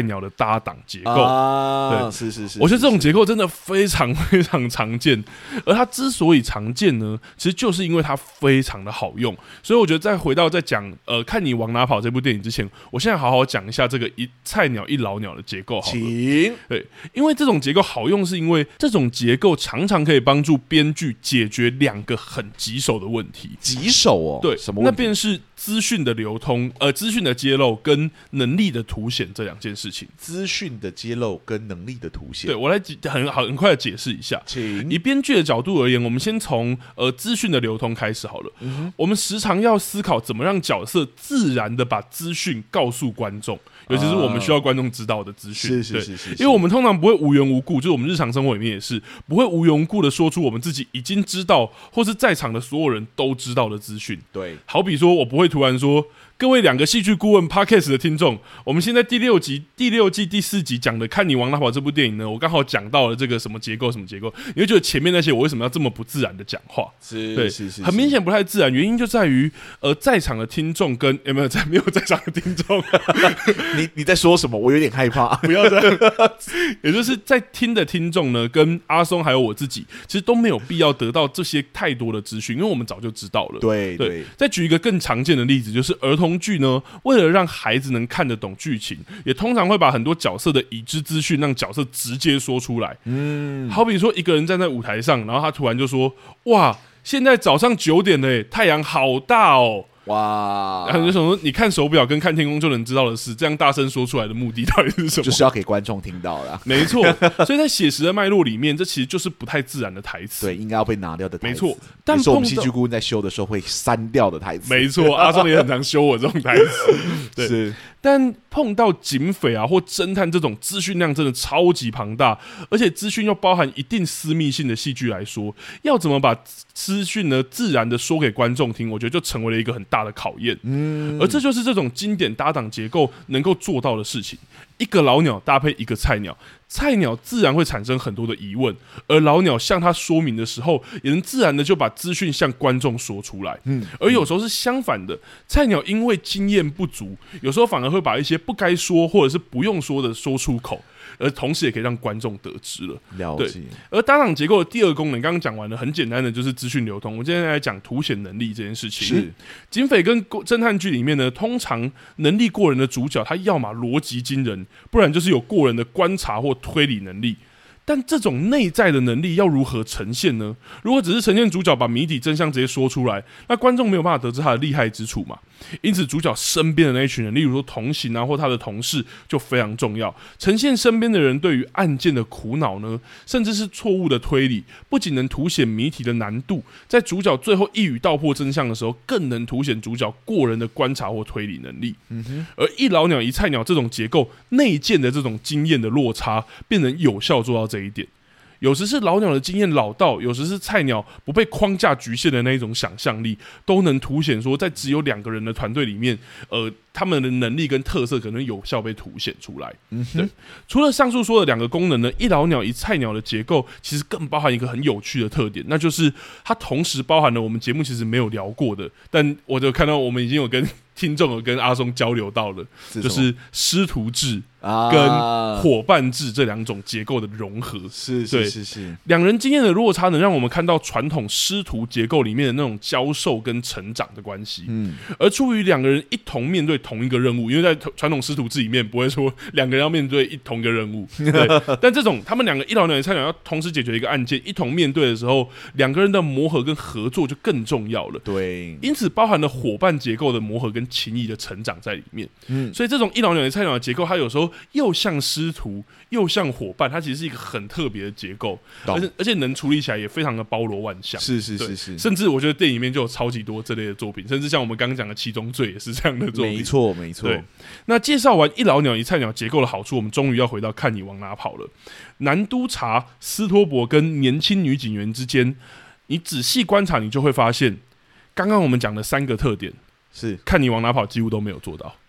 搭档结构。 啊， 对， 是是是， 我觉得这种结构真的非常非常常见，而它之所以常见呢，其实就是因为它非常的好用。所以我觉得再回到在讲呃看你往哪跑这部电影之前，我现在好好讲一下这个一菜鸟一老鸟的结构好了。 请对，因为这种结构好用，是因为这种结构常常可以帮助编剧解决两个很棘手的问题。 棘手哦， 对， 什么问题？ 那便是资讯的流通，呃，资讯的揭露跟能力的凸显这两件事情。 资讯的揭露跟能力的凸显。 对，我来很好很快的解释一下。 请以编剧的角度而言，我们先从呃资讯的流通开始好了。嗯、我们时常要思考怎么让角色自然的把资讯告诉观众，尤其是我们需要观众知道的资讯。 是是是是， 因为我们通常不会无缘无故，就是我们日常生活里面也是不会无缘无故的说出我们自己已经知道，或是在场的所有人都知道的资讯。 对， 好比说，我不会突然说。各位两个戏剧顾问 Podcast 的听众，我们现在第六集、第六季第四集讲的《看你往哪跑》这部电影呢，我刚好讲到了这个什么结构、什么结构，你会觉得前面那些我为什么要这么不自然的讲话？ 是， 对， 是是， 很明显不太自然，原因就在于呃，在场的听众跟有没有在没有在场的听众， 你你在说什么？我有点害怕， 不要这样。也就是在听的听众呢，跟阿松还有我自己，其实都没有必要得到这些太多的资讯，因为我们早就知道了。 对 对, 对。再举一个更常见的例子，就是儿童剧呢。为了让孩子能看得懂剧情，也通常会把很多角色的已知资讯让角色直接说出来。嗯，好比说一个人站在舞台上，然后他突然就说：“哇，现在早上九点了耶，太阳好大哦。”哇！然后就想说，你看手表跟看天空就能知道的事，这样大声说出来的目的到底是什么？ 就是要给观众听到啦。 没错，所以在写实的脉络里面，这其实就是不太自然的台词。 对，应该要被拿掉的台词。 没错，但是我们戏剧顾问在修的时候会删掉的台词。 没错，阿松也很常修我这种台词。对， 是。 但碰到警匪啊或侦探这种资讯量真的超级庞大，而且资讯又包含一定私密性的戏剧来说，要怎么把资讯呢自然的说给观众听，我觉得就成为了一个很大的考验。嗯，而这就是这种经典搭档结构能够做到的事情。一个老鸟搭配一个菜鸟，菜鸟自然会产生很多的疑问，而老鸟向他说明的时候，也能自然的就把资讯向观众说出来。嗯，而有时候是相反的，菜鸟因为经验不足，有时候反而会把一些不该说或者是不用说的说出口。而同时也可以让观众得知了。 了解。 而搭档结构的第二功能，刚刚讲完了，很简单的就是资讯流通。我今天来讲凸显能力这件事情。 是， 警匪跟侦探剧里面呢，通常能力过人的主角，他要么逻辑惊人，不然就是有过人的观察或推理能力。但这种内在的能力要如何呈现呢？如果只是呈现主角把谜底真相直接说出来，那观众没有办法得知他的厉害之处嘛。因此，主角身边的那一群人，例如说同行啊，或他的同事，就非常重要。呈现身边的人对于案件的苦恼呢，甚至是错误的推理，不仅能凸显谜题的难度，在主角最后一语道破真相的时候，更能凸显主角过人的观察或推理能力。嗯哼。而一老鸟一菜鸟这种结构内建的这种经验的落差，便能有效做到这一点。有时是老鸟的经验老道，有时是菜鸟不被框架局限的那一种想象力，都能凸显说，在只有两个人的团队里面，呃，他们的能力跟特色可能有效被凸显出来。嗯，对。除了上述说的两个功能呢，一老鸟一菜鸟的结构其实更包含一个很有趣的特点，那就是它同时包含了我们节目其实没有聊过的，但我就看到我们已经有跟听众有跟阿松交流到了，就是师徒制跟伙伴制这两种结构的融合。 是是是是， 两人经验的落差能让我们看到传统师徒结构里面的那种教授跟成长的关系。嗯，而出于两个人一同面对同一个任务，因为在传统师徒制里面不会说两个人要面对一同一个任务，对。但这种他们两个一老鸟一菜鸟要同时解决一个案件，一同面对的时候，两个人的磨合跟合作就更重要了。 对， 因此包含了伙伴结构的磨合跟情谊的成长在里面。嗯，所以这种一老鸟一菜鸟的结构，它有时候又像师徒又像伙伴，它其实是一个很特别的结构，而且而且能处理起来也非常的包罗万象。 是是是是， 甚至我觉得电影里面就有超级多这类的作品，甚至像我们刚刚讲的《七宗罪》也是这样的作品。 没错没错。 对，那介绍完一老鸟一菜鸟结构的好处，我们终于要回到看你往哪跑了。南督察斯托伯跟年轻女警员之间，你仔细观察，你就会发现，刚刚我们讲的三个特点。 是看你往哪跑，几乎都没有做到。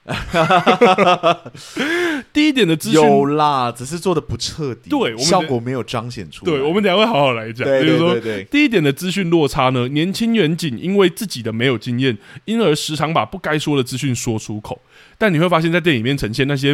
第一点的资讯有啦，只是做的不彻底， 对，我们效果没有彰显出来。 对，我们等一下会好好来讲。 对对对对， 第一点的资讯落差呢，年轻远景因为自己的没有经验，因而时常把不该说的资讯说出口。但你会发现在电影里面呈现那些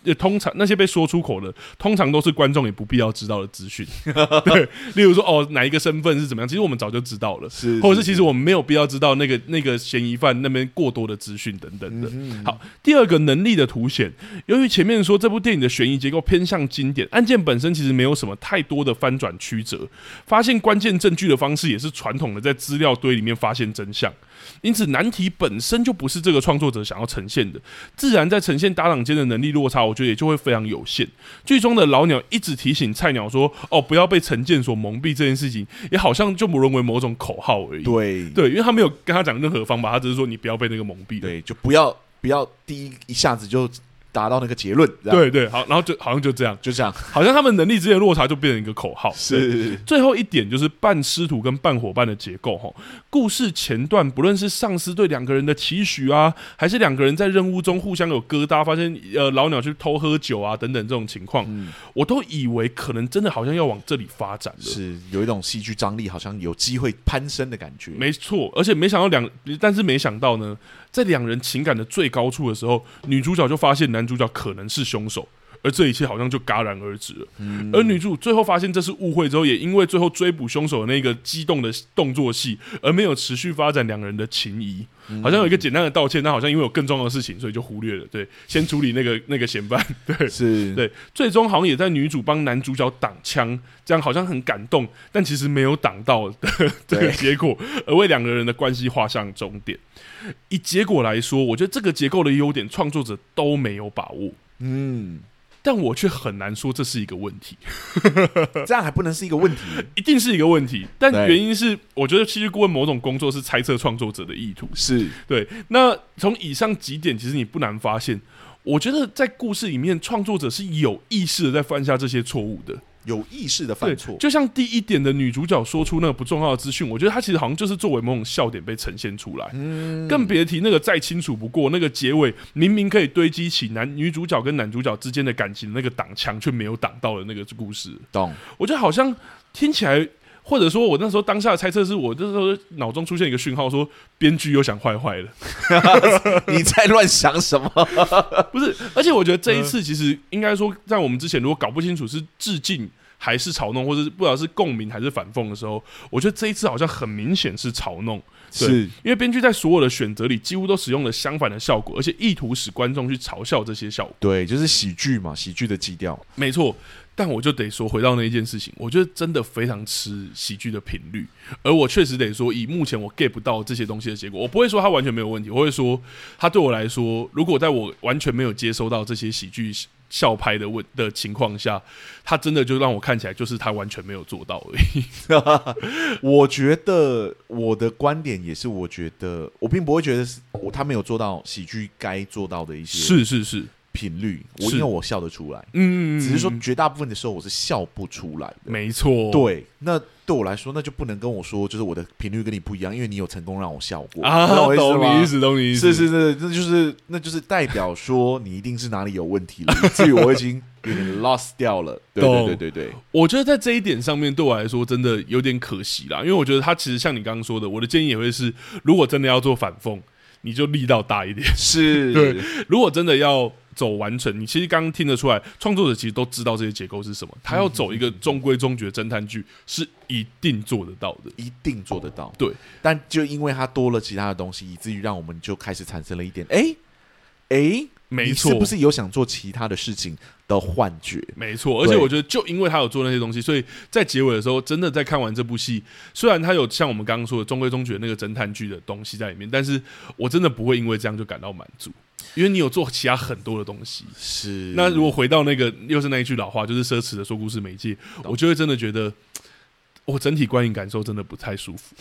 通常那些被说出口的，通常都是观众也不必要知道的资讯。对，例如说哦，哪一个身份是怎么样，其实我们早就知道了， 是， 或者是其实我们没有必要知道那个那个嫌疑犯那边过多的资讯等等的。嗯、好，第二个能力的凸显，由于前面说这部电影的悬疑结构偏向经典，案件本身其实没有什么太多的翻转曲折，发现关键证据的方式也是传统的在资料堆里面发现真相。因此难题本身就不是这个创作者想要呈现的，自然在呈现搭档间的能力落差，我觉得也就会非常有限。剧中的老鸟一直提醒菜鸟说：“哦，不要被成见所蒙蔽。”这件事情也好像就沦为某种口号而已。 对对，因为他没有跟他讲任何方法，他只是说你不要被那个蒙蔽。 对，就不要不要第一一下子就达到那个结论。 对对，好，然后就好像就这样， 就这样， 好像他们能力之间的落差就变成一个口号。 是。 最后一点就是半师徒跟半伙伴的结构。故事前段不论是上司对两个人的期许啊，还是两个人在任务中互相有疙瘩，发现呃老鸟去偷喝酒啊等等这种情况、嗯，我都以为可能真的好像要往这里发展了， 是有一种戏剧张力，好像有机会攀升的感觉。 没错，而且没想到两，但是没想到呢，在两人情感的最高处的时候，女主角就发现男主角可能是凶手。而这一切好像就戛然而止了、嗯。而女主最后发现这是误会之后，也因为最后追捕凶手的那个激动的动作戏，而没有持续发展两人的情谊。好像有一个简单的道歉，但好像因为有更重要的事情，所以就忽略了。对，先处理那个那个嫌犯。对， 是， 对，最终好像也在女主帮男主角挡枪，这样好像很感动，但其实没有挡到的这个结果，而为两个人的关系画上终点。以结果来说，我觉得这个结构的优点，创作者都没有把握。嗯。但我却很难说这是一个问题， 这样还不能是一个问题， 一定是一个问题。但原因是，我觉得戏剧顾问某种工作是猜测创作者的意图， 是对。那从以上几点，其实你不难发现，我觉得在故事里面，创作者是有意识的在犯下这些错误的。 有意识的犯错， 就像第一点的女主角说出那个不重要的资讯，我觉得她其实好像就是作为某种笑点被呈现出来，嗯、更别提那个再清楚不过，那个结尾明明可以堆积起男女主角跟男主角之间的感情，那个挡枪却没有挡到的那个故事， 懂？ 我觉得好像听起来，或者说我那时候当下的猜测是我那时候脑中出现一个讯号，说编剧又想坏坏了， 你在乱想什么？ 不是，而且我觉得这一次其实应该说，在我们之前如果搞不清楚是致敬还是嘲弄，或者不知道是共鸣还是反讽的时候，我觉得这一次好像很明显是嘲弄， 是因为编剧在所有的选择里几乎都使用了相反的效果，而且意图使观众去嘲笑这些效果。 对，就是喜剧嘛，喜剧的基调， 没错。但我就得说，回到那一件事情，我觉得真的非常吃喜剧的频率，而我确实得说，以目前我 get 不到这些东西的结果，我不会说它完全没有问题，我会说它对我来说，如果在我完全没有接收到这些喜剧笑拍的问的情况下，它真的就让我看起来就是他完全没有做到而已。 我觉得我的观点也是，我觉得我并不会觉得是我他没有做到喜剧该做到的一些， 是是是。 频率，我因为我笑得出来，嗯，只是说绝大部分的时候我是笑不出来的， 没错， 对，那对我来说，那就不能跟我说，就是我的频率跟你不一样，因为你有成功让我笑过， 啊，懂你意思，懂你意思， 是是是，那就是那就是代表说你一定是哪里有问题了，以至于我已经有点 lost 掉了，对对对对对， 我觉得在这一点上面对我来说真的有点可惜啦，因为我觉得他其实像你刚刚说的，我的建议也会是，如果真的要做反讽，你就力道大一点， 是， 对，如果真的要走完成，你其实刚刚听得出来，创作者其实都知道这些结构是什么。他要走一个中规中矩的侦探剧，是一定做得到的， 一定做得到。 对， 但就因为他多了其他的东西，以至于让我们就开始产生了一点，哎、欸、哎， 没错， 你是不是有想做其他的事情的幻觉？ 没错，而且我觉得就因为他有做那些东西，所以在结尾的时候，真的在看完这部戏，虽然他有像我们刚刚说的中规中矩的那个侦探剧的东西在里面，但是我真的不会因为这样就感到满足。因为你有做其他很多的东西， 是。 那如果回到那个又是那一句老话，就是奢侈的说故事媒介，我就会真的觉得，我整体观影感受真的不太舒服。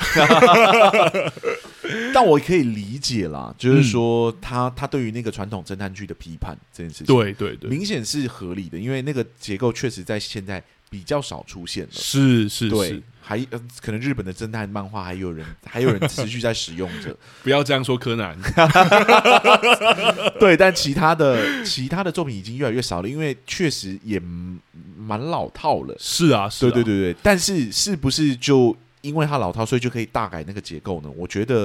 但我可以理解啦，就是说他他对于那个传统侦探剧的批判这件事情， 对对对， 明显是合理的，因为那个结构确实在现在比较少出现了， 是是对是。 还、呃、可能日本的侦探漫画还有人还有人持续在使用着， 不要这样说柯南。 对，但其他的其他的作品已经越来越少了，因为确实也蛮老套了。 是啊，是啊， 对对对对。但是是不是就因为它老套，所以就可以大改那个结构呢？我觉得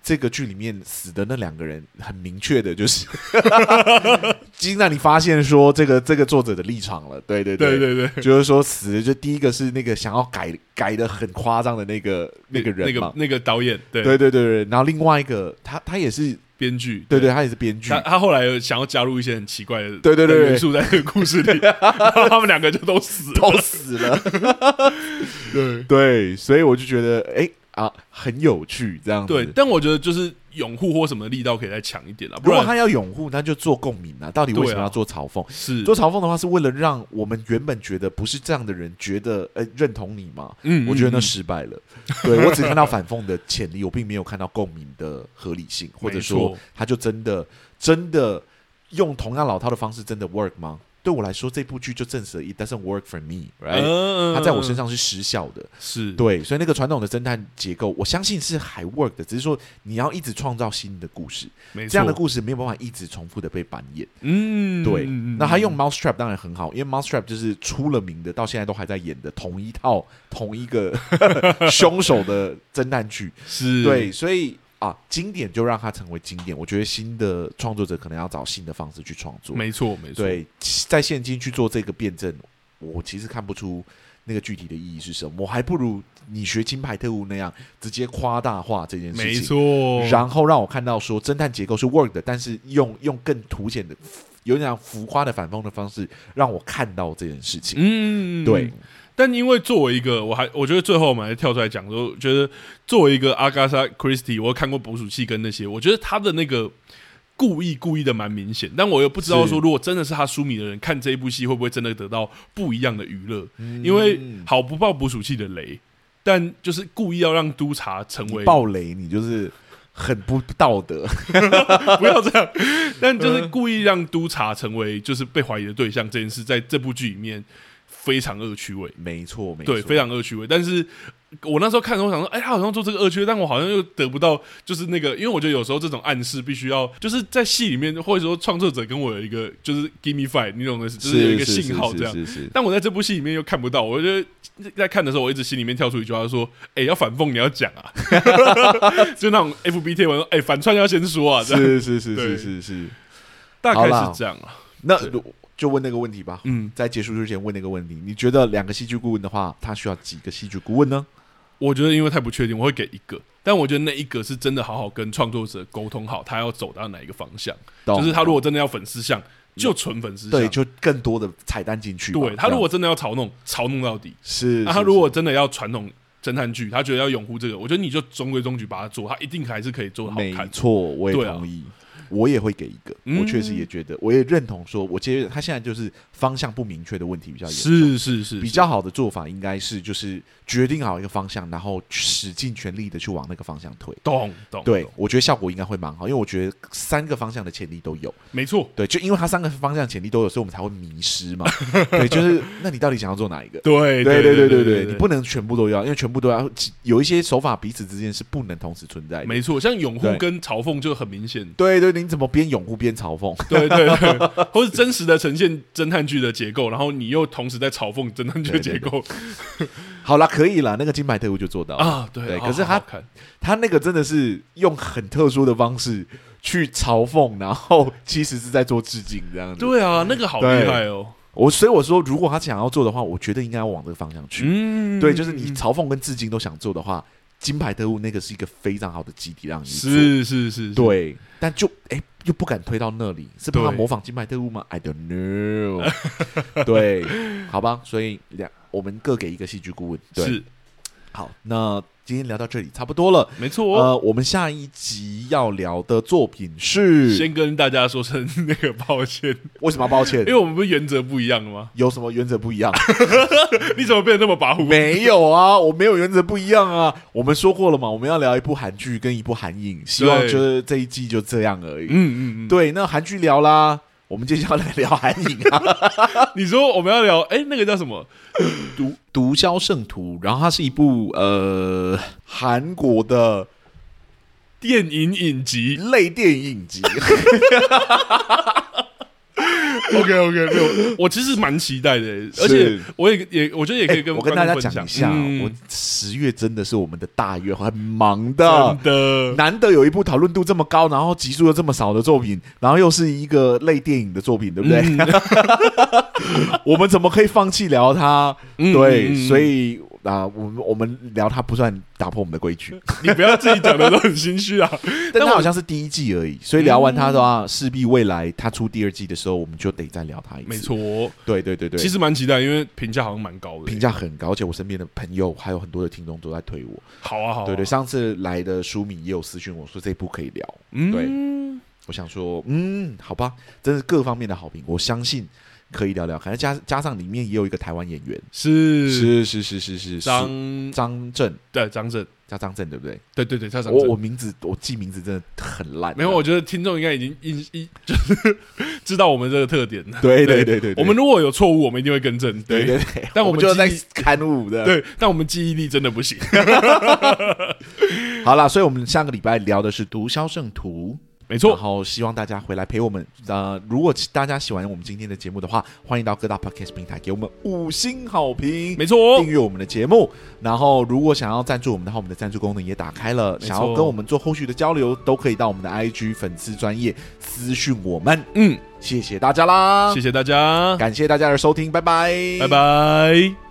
这个剧里面死的那两个人，很明确的就是已经让你发现说这个这个作者的立场了。对对对对对对， 就是说死的就第一个是那个想要改改的很夸张的那个那个人嘛， 那个那个导演，对对对对对，然后另外一个他他也是编剧， 对对，他也是编剧， 他他后来有想要加入一些很奇怪的对对对对元素在这个故事里，然后他们两个就都死了， 都死了。 对对，所以我就觉得哎。啊，很有趣这样子。 对，但我觉得就是拥护或什么力道可以再强一点啦。 如果他要拥护，那就做共鸣啊。到底为什么要做嘲讽？ 是做嘲讽的话，是为了让我们原本觉得不是这样的人觉得，呃，认同你嘛？ 嗯， 我觉得那失败了。对我只看到反讽的潜力，我并没有看到共鸣的合理性，或者说他就真的真的用同样老套的方式真的 work 吗？对我来说，这部剧就证实了 it doesn't work for me，right？、嗯、它在我身上是失效的， 是对，所以那个传统的侦探结构，我相信是还 work 的，只是说你要一直创造新的故事，这样的故事没有办法一直重复的被扮演。嗯，对。那他用 Mousetrap 当然很好，因为 Mousetrap 就是出了名的，到现在都还在演的同一套、同一个凶手的侦探剧， 是对，所以。啊，经典就让它成为经典。我觉得新的创作者可能要找新的方式去创作。 没错，没错。 对，在现今去做这个辩证，我其实看不出那个具体的意义是什么。我还不如你学金牌特务那样，直接夸大化这件事情。 没错。 然后让我看到说，侦探结构是 work 的，但是用用更凸显的、有点浮夸的反讽的方式，让我看到这件事情。嗯，对。 但因为作为一个，我还我觉得最后我们还跳出来讲说，我觉得作为一个阿加莎·克里斯蒂，我有看过捕鼠器跟那些，我觉得他的那个故意故意的蛮明显，但我又不知道说，如果真的是他书迷的人看这一部戏，会不会真的得到不一样的娱乐？嗯、因为好不爆捕鼠器的雷，但就是故意要让督察成为爆雷，你就是很不道德， 不要这样。但就是故意让督察成为就是被怀疑的对象，这件事在这部剧里面。非常恶趣味， 没错，没错， 对，非常恶趣味。但是我那时候看的时候想说，哎、欸，他好像做这个恶趣味，但我好像又得不到，就是那个，因为我觉得有时候这种暗示必须要，就是在戏里面，或者说创作者跟我有一个就是 give me five， 你懂的，就是有一个信号这样。是是是是是但我在这部戏里面又看不到，我觉得在看的时候，我一直心里面跳出一句话说，哎、欸，要反讽你要讲啊，就那种 F B 贴文说，哎、欸，反串要先说啊，这样是是是是是是， 大概是这样啊。 那就问那个问题吧。嗯，在结束之前问那个问题，你觉得两个戏剧顾问的话，他需要几个戏剧顾问呢？ 我觉得因为太不确定，我会给一个。但我觉得那一个是真的好好跟创作者沟通好，他要走到哪一个方向。就是他如果真的要粉丝像，就纯粉丝像， 对，就更多的彩蛋进去。 对，他如果真的要嘲弄，嘲弄到底。 是。 那他如果真的要传统侦探剧，他觉得要拥护这个，我觉得你就中规中矩把它做，他一定还是可以做得好看。 没错，我也同意。我也会给一个，我确实也觉得，我也认同说，我觉得他现在就是方向不明确的问题比较严重。 是是是， 比较好的做法应该是就是决定好一个方向，然后使尽全力的去往那个方向推。 懂懂。 对，我觉得效果应该会蛮好，因为我觉得三个方向的潜力都有。 没错。 对，就因为他三个方向潜力都有，所以我们才会迷失嘛。对，就是那你到底想要做哪一个？ 对对对对对对，你不能全部都要，因为全部都要，有一些手法彼此之间是不能同时存在的。 没错，像拥护跟嘲讽就很明显。 对对，你怎么边拥护边嘲讽？ 对对对，或是真实的呈现侦探剧的结构，然后你又同时在嘲讽侦探剧的结构。对对对好啦，可以啦，那个金牌特务就做到了啊。对， 对可是他他那个真的是用很特殊的方式去嘲讽，然后其实是在做致敬这样子。 对啊，那个好厉害哦。 我所以我说，如果他想要做的话，我觉得应该要往这个方向去。嗯，对，就是你嘲讽跟致敬都想做的话，金牌特务那个是一个非常好的基底让你做。 是是 是, 是， 对，但就哎、欸、又不敢推到那里，是怕模仿金牌特务吗 ？I don't know 。对，好吧，所以两我们各给一个戏剧顾问。对， 是。 好，那今天聊到这里差不多了， 没错、哦。 呃，我们下一集要聊的作品是， 先跟大家说声那个抱歉。 为什么要抱歉？因为我们不是原则不一样了吗？ 有什么原则不一样？ 你怎么变得那么跋扈？ 没有啊，我没有原则不一样啊。我们说过了嘛，我们要聊一部韩剧跟一部韩影，希望就是这一季就这样而已。嗯嗯嗯。对，那韩剧聊啦。我们接下来聊韩影啊！ 你说我们要聊，哎、欸，那个叫什么？ 毒毒枭圣徒，然后它是一部呃韩国的电影影集， 类电影集。 OK OK， 没有，我其实蛮期待的，而且我也也我觉得也可以跟、 欸、我跟大家讲一下，嗯、我十月真的是我们的大月，很忙的， 真的难得有一部讨论度这么高，然后集数又这么少的作品，然后又是一个类电影的作品，对不对？嗯、我们怎么可以放弃聊它？嗯、对，嗯、所以。啊、呃，我们我们聊它不算打破我们的规矩， 你不要自己讲的都很心虚啊。 但它好像是第一季而已，所以聊完它的话，势、嗯、必未来它出第二季的时候，我们就得再聊它一次。 没错， 对对对对， 其实蛮期待，因为评价好像蛮高的， 评价很高，而且我身边的朋友还有很多的听众都在推我。 好啊好啊， 对对，上次来的书迷也有私讯我说这部可以聊，嗯、对，我想说，嗯，好吧，真是各方面的好评，我相信。可以聊聊，可能加加上里面也有一个台湾演员， 是是是是是是张张震， 对张震叫张震对不对？ 对对对，叫张震。 我我名字我记名字真的很烂， 没有，我觉得听众应该已经一一就是知道我们这个特点了。 对对对 对, 對， 我们如果有错误，我们一定会更正。对对对, 對，但我们就在刊物的， 对，但我们记忆力真的不行。 好啦，所以我们下个礼拜聊的是《毒枭圣徒》。 没错， 然后希望大家回来陪我们。呃，如果大家喜欢我们今天的节目的话，欢迎到各大 podcast 平台给我们五星好评。 没错、哦， 订阅我们的节目。然后，如果想要赞助我们的话，我们的赞助功能也打开了。想要跟我们做后续的交流，都可以到我们的 I G 粉丝专页私讯我们。嗯，谢谢大家啦， 谢谢大家， 感谢大家的收听，拜拜， 拜拜。